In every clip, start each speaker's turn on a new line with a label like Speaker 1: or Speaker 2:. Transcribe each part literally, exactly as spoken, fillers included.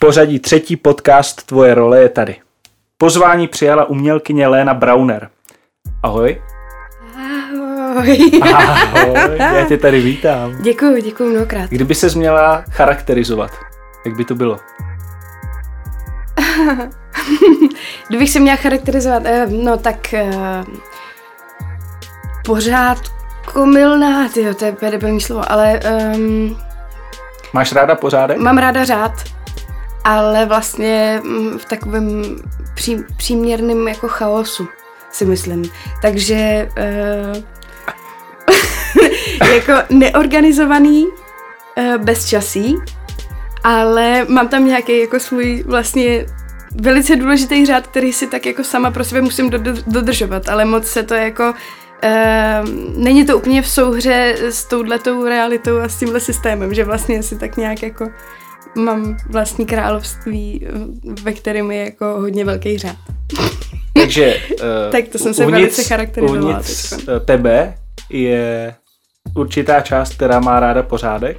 Speaker 1: pořadí třetí podcast Tvoje role je tady. Pozvání přijala umělkyně Léna Brauner. Ahoj.
Speaker 2: Ahoj.
Speaker 1: Ahoj, já tě tady vítám.
Speaker 2: Děkuju, děkuju mnohokrát.
Speaker 1: Kdyby ses měla charakterizovat, jak by to bylo?
Speaker 2: Kdybych se měla charakterizovat, no tak pořád komilná, tyjo, to je debilní slovo, ale... Um,
Speaker 1: Máš ráda pořádek?
Speaker 2: Mám ráda řád, ale vlastně v takovém pří, příměrném jako chaosu, si myslím. Takže uh, jako neorganizovaný, uh, bezčasí, ale mám tam nějaký jako svůj vlastně velice důležitý řád, který si tak jako sama pro sebe musím dodržovat, ale moc se to jako Uh, není to úplně v souhře s touhletou realitou a s tímhle systémem, že vlastně si tak nějak jako mám vlastní království, ve kterém je jako hodně velký řád.
Speaker 1: Takže uh,
Speaker 2: tak to jsem se
Speaker 1: uvnitř,
Speaker 2: velice charakterizovala.
Speaker 1: Uvnitř tebe je určitá část, která má ráda pořádek.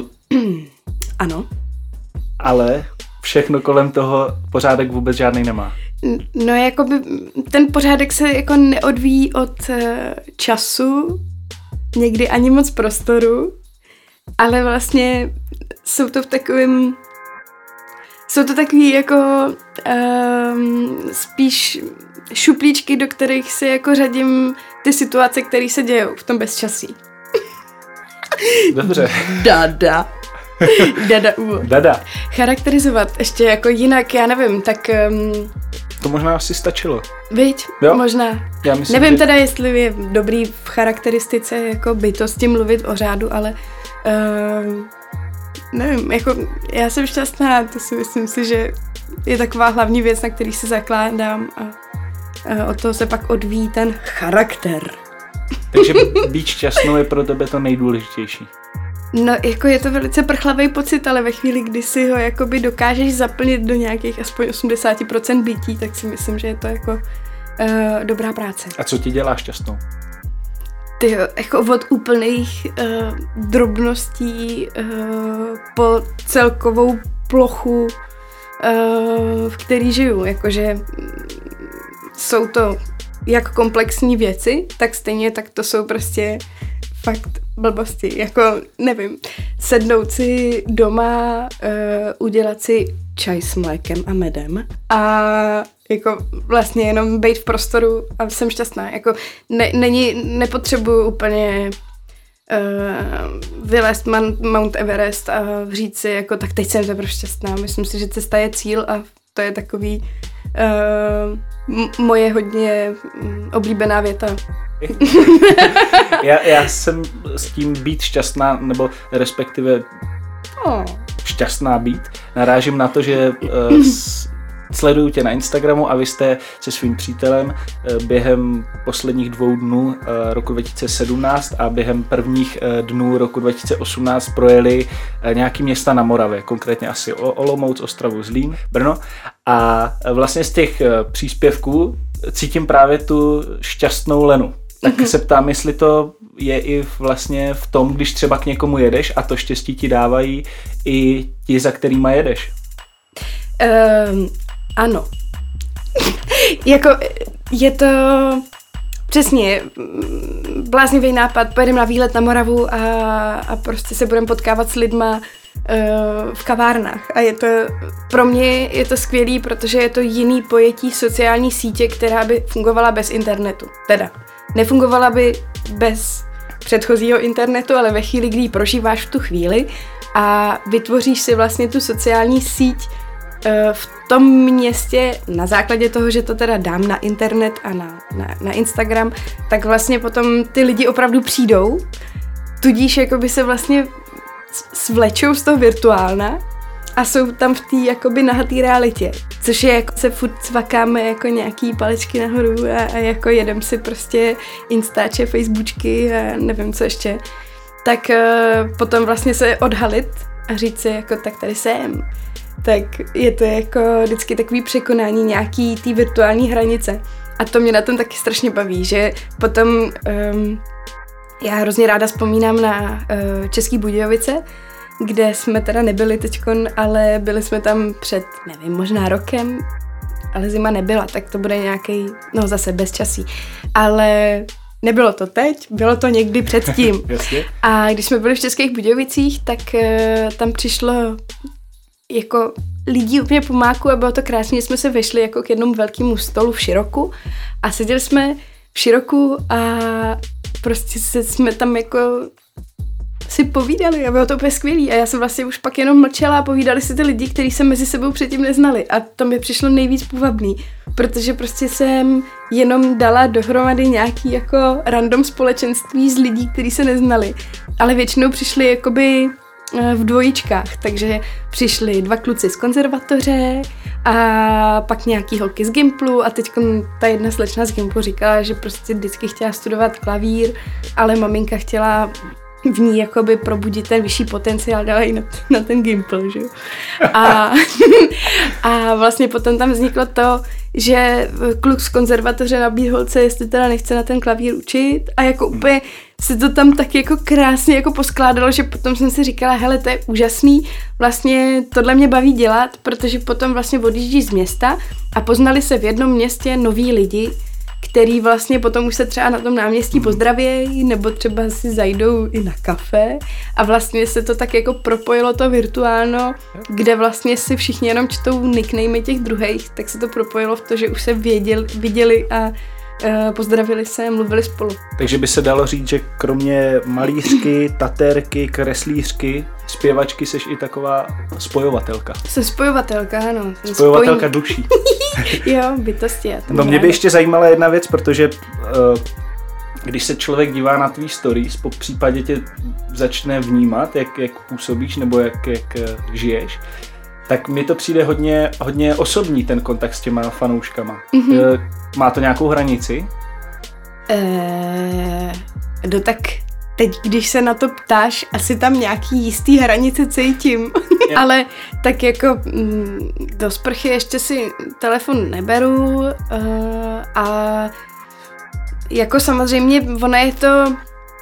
Speaker 2: Ano.
Speaker 1: Ale všechno kolem toho pořádek vůbec žádný nemá.
Speaker 2: No, jakoby ten pořádek se jako neodvíjí od uh, času, někdy ani moc prostoru, ale vlastně jsou to v takovým, jsou to takový jako um, spíš šuplíčky, do kterých si jako řadím ty situace, které se dějou v tom bezčasí.
Speaker 1: Dobře.
Speaker 2: Dada. Dada úvod.
Speaker 1: Dada.
Speaker 2: Charakterizovat ještě jako jinak, já nevím, tak... Um,
Speaker 1: to možná asi stačilo.
Speaker 2: Viď? Jo? Možná.
Speaker 1: Já myslím,
Speaker 2: nevím
Speaker 1: že...
Speaker 2: teda, jestli je dobrý v charakteristice jako bytosti mluvit o řádu, ale uh, nevím, jako já jsem šťastná, to si myslím si, že je taková hlavní věc, na který se zakládám a uh, od toho se pak odvíjí ten charakter.
Speaker 1: Takže být šťastnou je pro tebe to nejdůležitější.
Speaker 2: No, jako je to velice prchlavý pocit, ale ve chvíli, kdy si ho jakoby dokážeš zaplnit do nějakých aspoň osmdesát procent bytí, tak si myslím, že je to jako uh, dobrá práce.
Speaker 1: A co ti dělá šťastnou?
Speaker 2: Ty jako od úplných uh, drobností uh, po celkovou plochu, uh, v který žiju. Jakože jsou to jak komplexní věci, tak stejně tak to jsou prostě fakt blbosti, jako nevím, sednout si doma, uh, udělat si čaj s mlékem a medem a jako vlastně jenom být v prostoru a jsem šťastná, jako ne, není, nepotřebuju úplně uh, vylézt Mount Everest a říct si jako tak teď jsem teprve šťastná, myslím si, že cesta je cíl a to je takový uh, m- moje hodně um, oblíbená věta.
Speaker 1: já, já jsem s tím být šťastná, nebo respektive
Speaker 2: oh.
Speaker 1: šťastná být, narážím na to, že uh, s, sleduju tě na Instagramu a vy jste se svým přítelem uh, během posledních dvou dnů uh, roku dva tisíce sedmnáct a během prvních uh, dnů roku dva tisíce osmnáct projeli uh, nějaký města na Moravě, konkrétně asi Olomouc, Ostravu, Zlín, Brno a uh, vlastně z těch uh, příspěvků cítím právě tu šťastnou Lenu. Tak se ptám, jestli to je i vlastně v tom, když třeba k někomu jedeš a to štěstí ti dávají i ti, za kterýma jedeš.
Speaker 2: Um, ano. Jako je to přesně bláznivý nápad, pojedeme na výlet na Moravu a, a prostě se budeme potkávat s lidma uh, v kavárnách. A je to, pro mě je to skvělý, protože je to jiný pojetí sociální sítě, která by fungovala bez internetu. Teda. Nefungovala by bez předchozího internetu, ale ve chvíli, kdy ji prožíváš v tu chvíli a vytvoříš si vlastně tu sociální síť uh, v tom městě na základě toho, že to teda dám na internet a na, na, na Instagram, tak vlastně potom ty lidi opravdu přijdou, tudíž jakoby se vlastně svlečou z toho virtuálna a jsou tam v té jakoby nahatý realitě, což je jako se furt cvakáme jako nějaký palečky nahoru a, a jako jedem si prostě Instače, Faceboočky a nevím co ještě, tak uh, potom vlastně se odhalit a říct si jako tak tady jsem, tak je to jako vždycky takový překonání nějaký té virtuální hranice a to mě na tom taky strašně baví, že potom um, já hrozně ráda vzpomínám na uh, Český Budějovice kde jsme teda nebyli teďkon, ale byli jsme tam před, nevím, možná rokem, ale zima nebyla, tak to bude nějaký, no zase bezčasí. Ale nebylo to teď, bylo to někdy předtím. A když jsme byli v Českých Budějovicích, tak uh, tam přišlo jako lidí úplně po máku a bylo to krásně, jsme se vešli jako k jednomu velkému stolu v Široku a seděli jsme v Široku a prostě se, jsme tam jako si povídali a bylo to úplně skvělý a já jsem vlastně už pak jenom mlčela a povídali si ty lidi, kteří se mezi sebou předtím neznali a to mi přišlo nejvíc půvabný, protože prostě jsem jenom dala dohromady nějaký jako random společenství z lidí, kteří se neznali, ale většinou přišli jakoby v dvojičkách, takže přišli dva kluci z konzervatoře a pak nějaký holky z Gimplu a teď ta jedna slečna z Gimplu říkala, že prostě vždycky chtěla studovat klavír, ale maminka chtěla v ní jakoby probudit ten vyšší potenciál, dala ji na, na ten Gimpl, že jo. A, a vlastně potom tam vzniklo to, že kluk z konzervatoře nabídl holce, jestli teda nechce na ten klavír učit a jako úplně se to tam tak jako krásně jako poskládalo, že potom jsem si říkala, hele, to je úžasný, vlastně tohle mě baví dělat, protože potom vlastně odjíždí z města a poznali se v jednom městě noví lidi, který vlastně potom už se třeba na tom náměstí pozdravějí, nebo třeba si zajdou i na kafe a vlastně se to tak jako propojilo to virtuálno, kde vlastně si všichni jenom čtou nicknamy těch druhých, tak se to propojilo v to, že už se věděli, viděli a uh, pozdravili se, mluvili spolu. Takže by se dalo říct, že kromě malířky, tatérky, kreslířky, zpěvačky seš i taková spojovatelka. Jsem spojovatelka, ano. Spojovatelka Spojím. Duší. Jo, bytosti. No mě by ještě zajímala jedna věc, protože uh, když se člověk dívá na tvý stories, po případě tě začne vnímat, jak, jak působíš nebo jak, jak uh, žiješ, tak mi to přijde hodně, hodně osobní ten kontakt s těma fanouškama. Mm-hmm. Uh, má to nějakou hranici? Uh, no tak teď, když se na to ptáš, asi tam nějaký jistý hranice cítím, ale tak jako mm, do sprchy ještě si telefon neberu uh, a jako samozřejmě ona je to,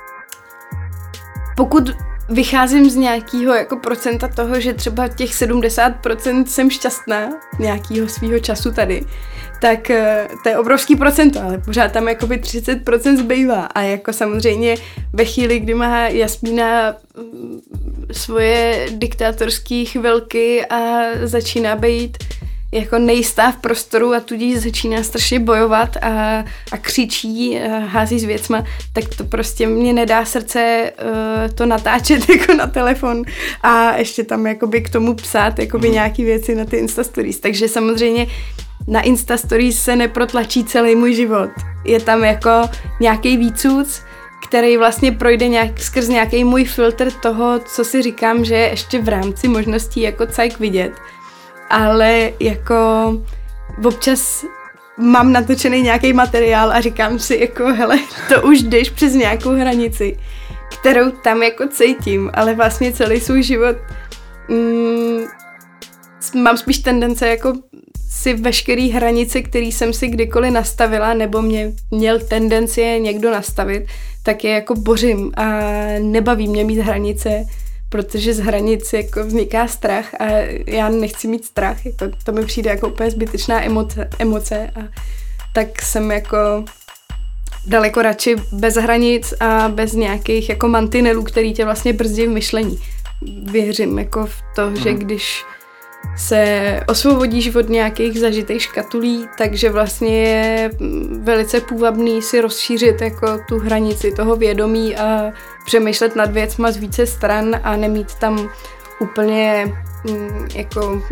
Speaker 2: pokud vycházím z nějakého jako procenta toho, že třeba těch sedmdesát procent jsem šťastná nějakého svýho času tady, tak to je obrovský procento, ale pořád tam jakoby třicet procent zbývá a jako samozřejmě ve chvíli, kdy má Jasmína svoje diktátorský chvilky a začíná být jako nejistá v prostoru a tudíž začíná strašně bojovat a, a křičí, a hází s věcma, tak to prostě mě nedá srdce uh, to natáčet jako na telefon a ještě tam jakoby k tomu psát jakoby nějaký věci na ty Insta Stories. Takže samozřejmě na Insta Stories se neprotlačí celý můj život. Je tam jako nějaký výcuc, který vlastně projde nějak, skrz nějaký můj filtr toho, co si říkám, že je ještě v rámci možností jako cajk vidět. Ale jako občas mám natočený nějaký materiál a říkám si jako hele, to už jdeš přes nějakou hranici, kterou tam jako cítím, ale vlastně celý svůj život mm, mám spíš tendence jako si veškerý hranice, který jsem si kdykoliv nastavila nebo mě měl tendenci je někdo nastavit, tak je jako bořím a nebaví mě mít hranice, protože z hranic jako vzniká strach a já nechci mít strach, jako, to mi přijde jako úplně zbytečná emoce, emoce a tak jsem jako daleko radši bez hranic a bez nějakých jako mantinelů, který tě vlastně brzdí v myšlení. Věřím jako v to, že když se osvobodíš od nějakých zažitých škatulí, takže vlastně je velice půvabný si rozšířit jako tu hranici toho vědomí a přemýšlet nad věcma z více stran a nemít tam úplně mm, jako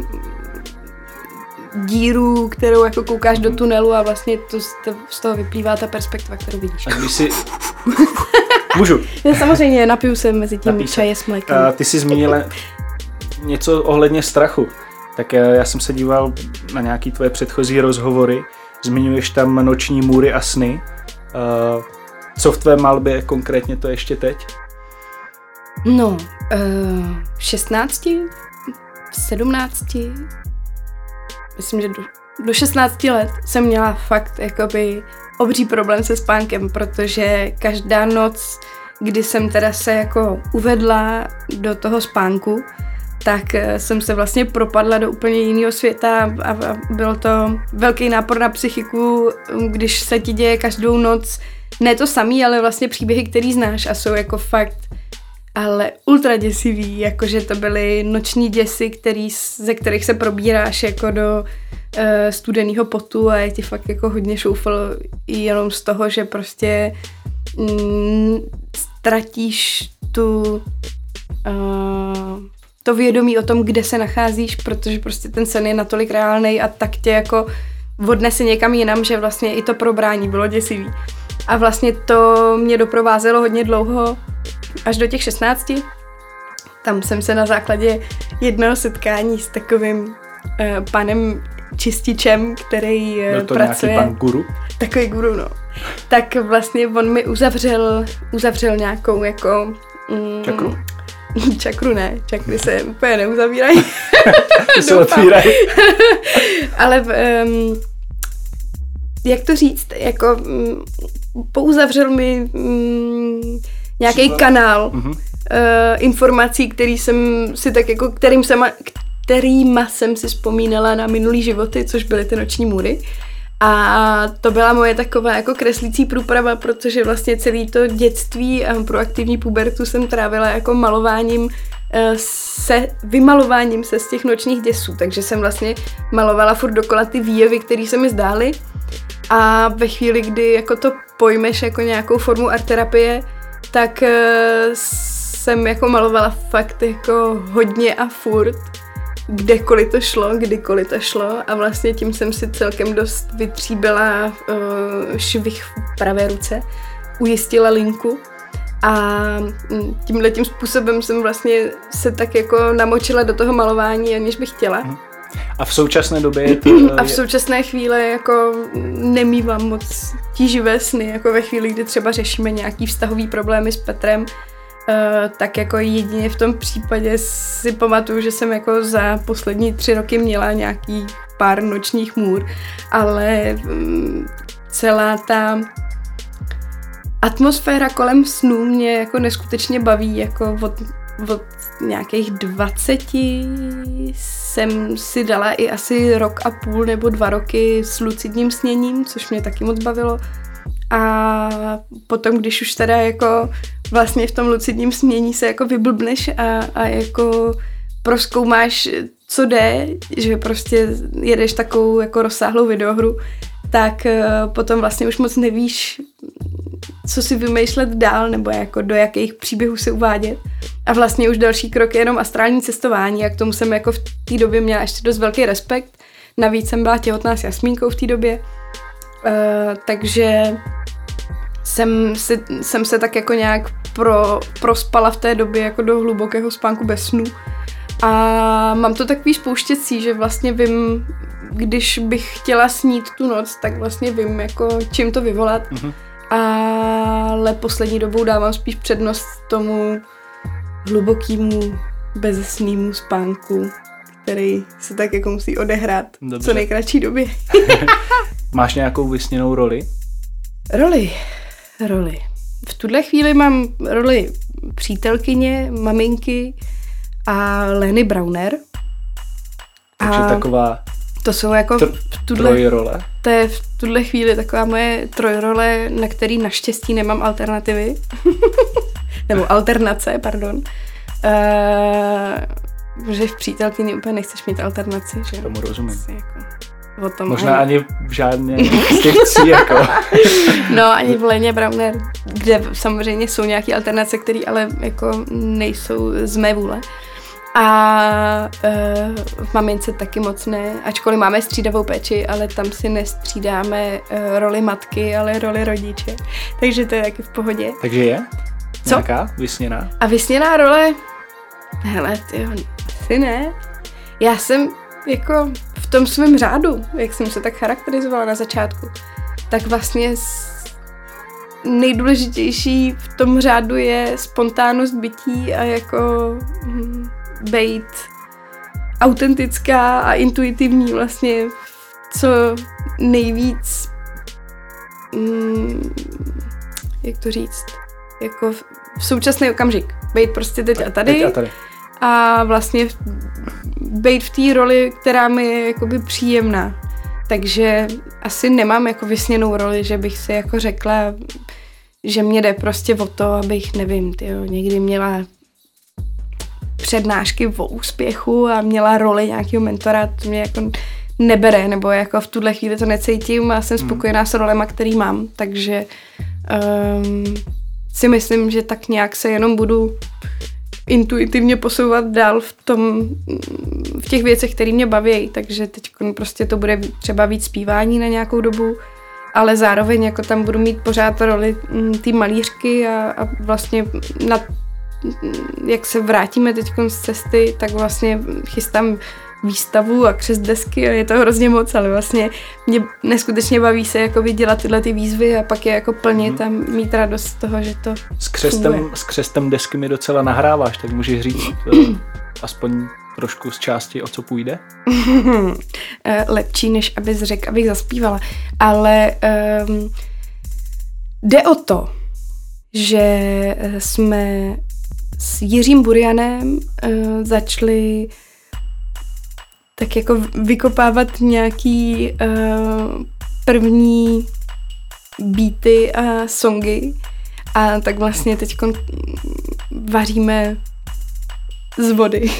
Speaker 2: díru, kterou jako koukáš do tunelu a vlastně to, to, z toho vyplývá ta perspektiva, kterou vidíš. A když si... Můžu? Já samozřejmě napiju se mezi tím čaje s mlékem. A ty jsi zmínila něco ohledně strachu. Tak já, já jsem se díval na nějaký tvoje předchozí rozhovory, zmiňuješ tam noční můry a sny. Uh, co v tvé malbě konkrétně to ještě teď? No, uh, v šestnácti, v sedmnácti, myslím, že do, do šestnácti let jsem měla fakt jakoby obří problém se spánkem, protože každá noc kdy jsem teda se jako uvedla do toho spánku, tak jsem se vlastně propadla do úplně jiného světa a, a byl to velký nápor na psychiku, když se ti děje každou noc ne to samý, ale vlastně příběhy, který znáš a jsou jako fakt ale ultra děsivý, jakože to byly noční děsy, který, ze kterých se probíráš jako do uh, studeného potu a je ti fakt jako hodně šoufl jenom z toho, že prostě mm, ztratíš tu uh, to vědomí o tom, kde se nacházíš, protože prostě ten sen je natolik reálnej a tak tě jako odnese někam jinam, že vlastně i to probrání bylo děsivý. A vlastně to mě doprovázelo hodně dlouho, až do těch šestnácti. Tam jsem se na základě jednoho setkání s takovým uh, panem čističem, který uh,
Speaker 1: Byl to
Speaker 2: pracuje...
Speaker 1: nějaký pan guru?
Speaker 2: Takový guru, no. Tak vlastně on mi uzavřel, uzavřel nějakou jako... Mm,
Speaker 1: čakru?
Speaker 2: Čakru ne, čakry se úplně neuzavírají.
Speaker 1: se otvírají.
Speaker 2: Ale um, jak to říct, jako um, pouzavřel mi um, nějaký Super. kanál uh-huh. uh, informací, který jsem si tak jako, kterým jsem, kterýma jsem si vzpomínala na minulý životy, což byly ty noční můry. A to byla moje taková jako kreslící průprava, protože vlastně celé to dětství a proaktivní pubertu jsem trávila jako malováním se, vymalováním se z těch nočních děsů. Takže jsem vlastně malovala furt dokola ty výjevy, které se mi zdály. A ve chvíli, kdy jako to pojmeš jako nějakou formu art terapie, tak jsem jako malovala fakt jako hodně a furt. Kdekoliv to šlo, kdykoliv to šlo a vlastně tím jsem si celkem dost vytříbila uh, švih v pravé ruce, ujistila linku a tímhletím způsobem jsem vlastně se tak jako namočila do toho malování, aniž bych chtěla.
Speaker 1: A v současné době je to...
Speaker 2: A v současné chvíli jako nemývám moc tíživé sny, jako ve chvíli, kdy třeba řešíme nějaký vztahový problémy s Petrem, Uh, tak jako jedině v tom případě si pamatuju, že jsem jako za poslední tři roky měla nějaký pár nočních můr, ale um, celá ta atmosféra kolem snů mě jako neskutečně baví, jako od, od nějakých dvaceti jsem si dala i asi rok a půl nebo dva roky s lucidním sněním, což mě taky moc bavilo. A potom, když už teda jako vlastně v tom lucidním snění se jako vyblbneš a, a jako prozkoumáš, co jde, že prostě jedeš takovou jako rozsáhlou videohru, tak potom vlastně už moc nevíš, co si vymýšlet dál, nebo jako do jakých příběhů se uvádět. A vlastně už další krok je jenom astrální cestování a k tomu jsem jako v té době měla ještě dost velký respekt. Navíc jsem byla těhotná s Jasmínkou v té době. Uh, takže jsem, si, jsem se tak jako nějak pro, prospala v té době jako do hlubokého spánku bez snu. A mám to takový spouštěcí, že vlastně vím, když bych chtěla snít tu noc, tak vlastně vím, jako čím to vyvolat. Mm-hmm. Ale poslední dobou dávám spíš přednost tomu hlubokému, bezesnému spánku, který se tak jako musí odehrát v co nejkratší době.
Speaker 1: Máš nějakou vysněnou roli?
Speaker 2: Roli, roli. V tuhle chvíli mám roli přítelkyně, maminky a Leny Browner.
Speaker 1: Takže a taková
Speaker 2: to jsou jako
Speaker 1: tr-
Speaker 2: v tuhle,
Speaker 1: trojrole.
Speaker 2: To je v tuhle chvíli taková moje trojrole, na který naštěstí nemám alternativy. Nebo alternace, pardon. Uh, že v přítelkyni úplně nechceš mít alternaci, že?
Speaker 1: Tomu rozumím.
Speaker 2: Jako o tom
Speaker 1: možná ani, ani v žádné z těch tří, jako.
Speaker 2: No, ani v Leně Browner, kde samozřejmě jsou nějaké alternace, které ale jako nejsou z mé vůle. A uh, v mamince taky moc ne, ačkoliv máme střídavou péči, ale tam si nestřídáme uh, roli matky, ale roli rodiče. Takže to je taky v pohodě.
Speaker 1: Takže je?
Speaker 2: Co?
Speaker 1: Nějaká vysněná?
Speaker 2: A vysněná role? Hele, tyjo, asi ne. Já jsem jako v tom svém řádu, jak jsem se tak charakterizovala na začátku, tak vlastně nejdůležitější v tom řádu je spontánnost bytí a jako hm, bejt autentická a intuitivní vlastně co nejvíc hm, jak to říct, jako v, v současný okamžik. Bejt prostě teď a tady.
Speaker 1: Teď a tady.
Speaker 2: A vlastně bejt v té roli, která mi je jakoby příjemná. Takže asi nemám jako vysněnou roli, že bych si jako řekla, že mě jde prostě o to, abych, nevím, tyjo, někdy měla přednášky o úspěchu a měla roli nějakého mentora, to mě jako nebere, nebo jako v tuhle chvíli to necítím a jsem spokojená s rolema, který mám, takže um, si myslím, že tak nějak se jenom budu intuitivně posouvat dál v tom, v těch věcech, které mě baví, takže teď prostě to bude třeba víc zpívání na nějakou dobu, ale zároveň jako tam budu mít pořád roli té malířky a, a vlastně na, jak se vrátíme teď z cesty, tak vlastně chystám výstavu a křest desky a je to hrozně moc, ale vlastně mě neskutečně baví se jako dělat tyhle ty výzvy a pak je jako plnit a mít radost z toho, že to
Speaker 1: s křestem, s křestem desky mi docela nahráváš, tak můžeš říct uh, aspoň trošku z části, o co půjde?
Speaker 2: Lepší, než abys řekl, abych zaspívala. Ale um, jde o to, že jsme s Jiřím Burianem uh, začali tak jako vykopávat nějaký uh, první beaty a songy a tak vlastně teď vaříme z vody.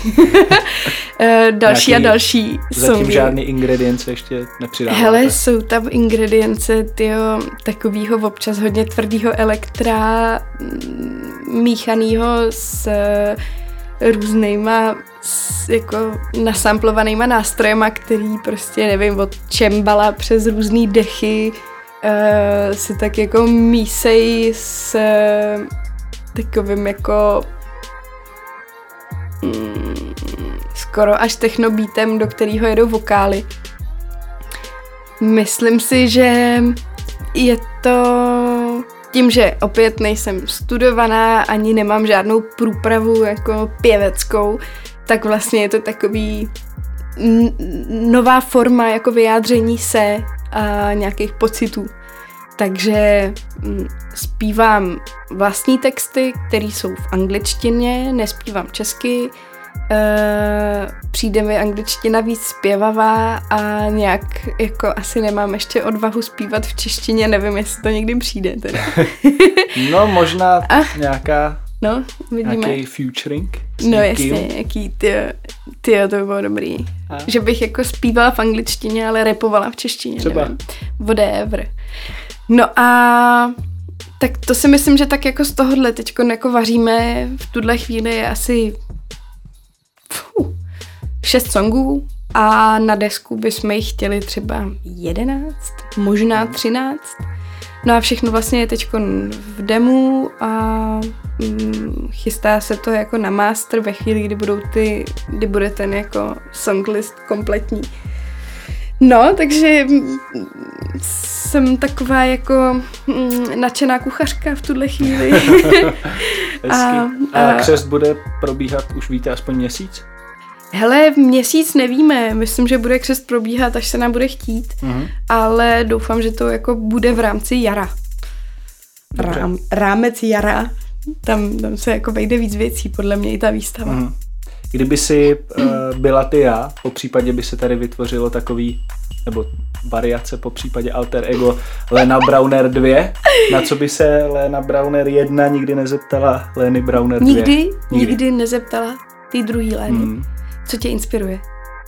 Speaker 2: další
Speaker 1: Nějaký,
Speaker 2: a další
Speaker 1: zatím
Speaker 2: songy.
Speaker 1: Žádný ingredience ještě nepřidáváte.
Speaker 2: Hele, jsou tam ingredience tyjo, takovýho občas hodně tvrdýho elektra, míchanýho s různýma s, jako nasamplovanýma nástrojema, který prostě nevím, od čembala přes různý dechy uh, si tak jako mísej s uh, takovým jako mm, skoro až technobítem, do kterého jedou vokály. Myslím si, že je to tím, že opět nejsem studovaná, ani nemám žádnou průpravu jako pěveckou, tak vlastně je to takový n- nová forma jako vyjádření se a nějakých pocitů. Takže m, zpívám vlastní texty, které jsou v angličtině, nespívám česky, e, přijde mi angličtina víc zpěvavá a nějak jako asi nemám ještě odvahu zpívat v češtině, nevím, jestli to někdy přijde teda.
Speaker 1: No možná a, nějaká
Speaker 2: no, vidíme.
Speaker 1: Nějaký featuring.
Speaker 2: No jasně, jaký tyjo, tyjo, to by bylo dobrý. A? Že bych jako zpívala v angličtině, ale rapovala v češtině.
Speaker 1: Třeba.
Speaker 2: Nevím. Whatever. No a tak to si myslím, že tak jako z tohohle teďko jako vaříme v tuhle chvíli je asi fuh, šest songů a na desku bychom jich chtěli třeba jedenáct, možná třináct. No a všechno vlastně je teďko v demu a mm, chystá se to jako na master ve chvíli, kdy budou ty, kdy bude ten jako songlist kompletní. No, takže jsem taková jako mm, nadšená kuchařka v tuhle chvíli.
Speaker 1: a, a, a křest bude probíhat, už víte, aspoň měsíc?
Speaker 2: Hele, měsíc nevíme, myslím, že bude křest probíhat, až se nám bude chtít, mm-hmm. ale doufám, že to jako bude v rámci jara. Rám, rámec jara, tam, tam se jako vejde víc věcí, podle mě i ta výstava. Mm-hmm.
Speaker 1: Kdyby si uh, byla ty já, po případě by se tady vytvořilo takový, nebo variace, po případě alter ego Lena Brauner dva, na co by se Lena Brauner jedna nikdy nezeptala Leny Brauner dva?
Speaker 2: Nikdy, nikdy, nikdy nezeptala ty druhý Lény. Mm. Co tě inspiruje?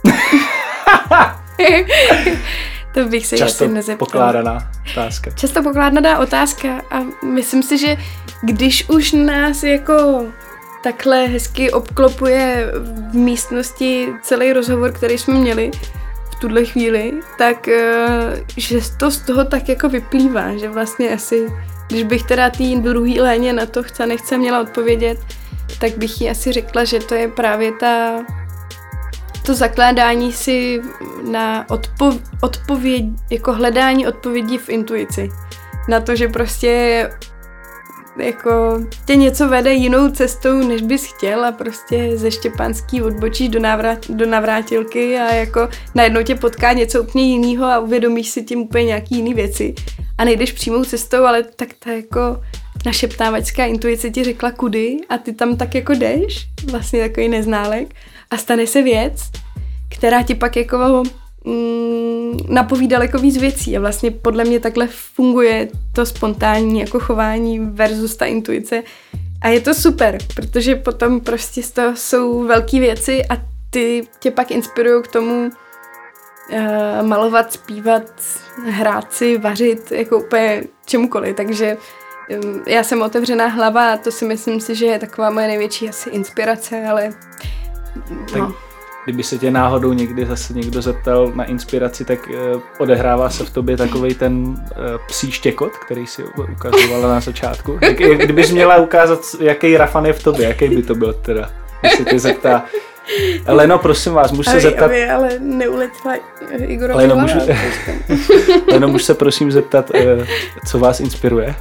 Speaker 2: To bych se
Speaker 1: často
Speaker 2: asi nezeptala.
Speaker 1: pokládaná otázka.
Speaker 2: Často pokládaná otázka a myslím si, že když už nás jako takhle hezky obklopuje v místnosti celý rozhovor, který jsme měli v tuhle chvíli, tak že to z toho tak jako vyplývá, že vlastně asi, když bych teda tý druhý Léně na to chce, nechce měla odpovědět, tak bych jí asi řekla, že to je právě ta to zakládání si na odpo- odpověď, jako hledání odpovědí v intuici. Na to, že prostě jako tě něco vede jinou cestou, než bys chtěl a prostě ze Štěpánský odbočíš do, navrát, do navrátilky a jako najednou tě potká něco úplně jiného a uvědomíš si tím úplně nějaký jiný věci a nejdeš přímou cestou, ale tak ta jako našeptávačská intuice ti řekla kudy a ty tam tak jako jdeš, vlastně takový neználek a stane se věc, která ti pak jako mm, napoví daleko víc věcí a vlastně podle mě takhle funguje to spontánní jako chování versus ta intuice a je to super, protože potom prostě z toho jsou velké věci a ty tě pak inspirují k tomu uh, malovat, zpívat, hrát si, vařit, jako úplně čemukoliv, takže um, já jsem otevřená hlava a to si myslím si, že je taková moje největší asi inspirace, ale no.
Speaker 1: Tak, kdyby se tě náhodou někdy zase někdo zeptal na inspiraci, tak uh, odehrává se v tobě takovej ten uh, psí štěkot, který si ukazovala na začátku. Jak, jak, kdybys měla ukázat, jaký Rafan je v tobě, jaký by to byl teda, když se tě zeptá. Leno, prosím vás, můžu se zeptat...
Speaker 2: Aby ale neuletla Igorovi
Speaker 1: Leno, můžu... Leno, můžu se prosím zeptat, co vás inspiruje?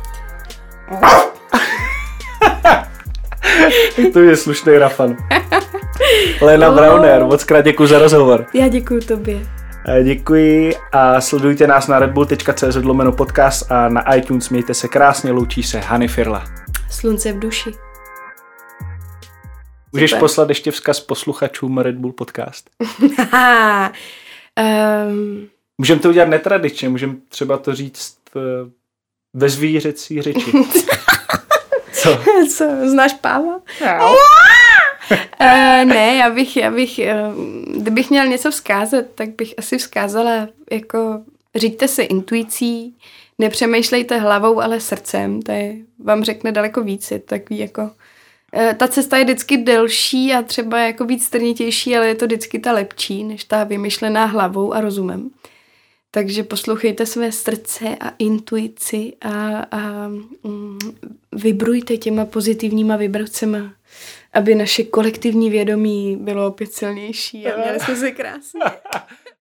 Speaker 1: To je slušný Rafan. Lena oh. Brauner, moc krát děkuji za rozhovor.
Speaker 2: Já děkuji tobě.
Speaker 1: Děkuji a sledujte nás na redbull tečka cé zet lomeno podcast a na iTunes. Mějte se krásně, loučí se Hany Firla.
Speaker 2: Slunce v duši.
Speaker 1: Můžeš Super. Poslat ještě vzkaz posluchačům Red Bull podcast? um... Můžeme to udělat netradičně, můžeme třeba to říct ve zvířecí řeči. Co?
Speaker 2: Co, znáš Páva?
Speaker 1: No.
Speaker 2: uh, ne, já bych, já bych, uh, kdybych měl něco vzkázat, tak bych asi vzkázala, jako říďte se intuicí, nepřemýšlejte hlavou, ale srdcem, to je, vám řekne daleko víc, je to takový jako ta cesta je vždycky delší a třeba jako víc strnitější, ale je to vždycky ta lepší, než ta vymyšlená hlavou a rozumem. Takže poslouchejte své srdce a intuici a, a mm, vibrujte těma pozitivníma vibracema, aby naše kolektivní vědomí bylo opět silnější a měli jsme se krásně.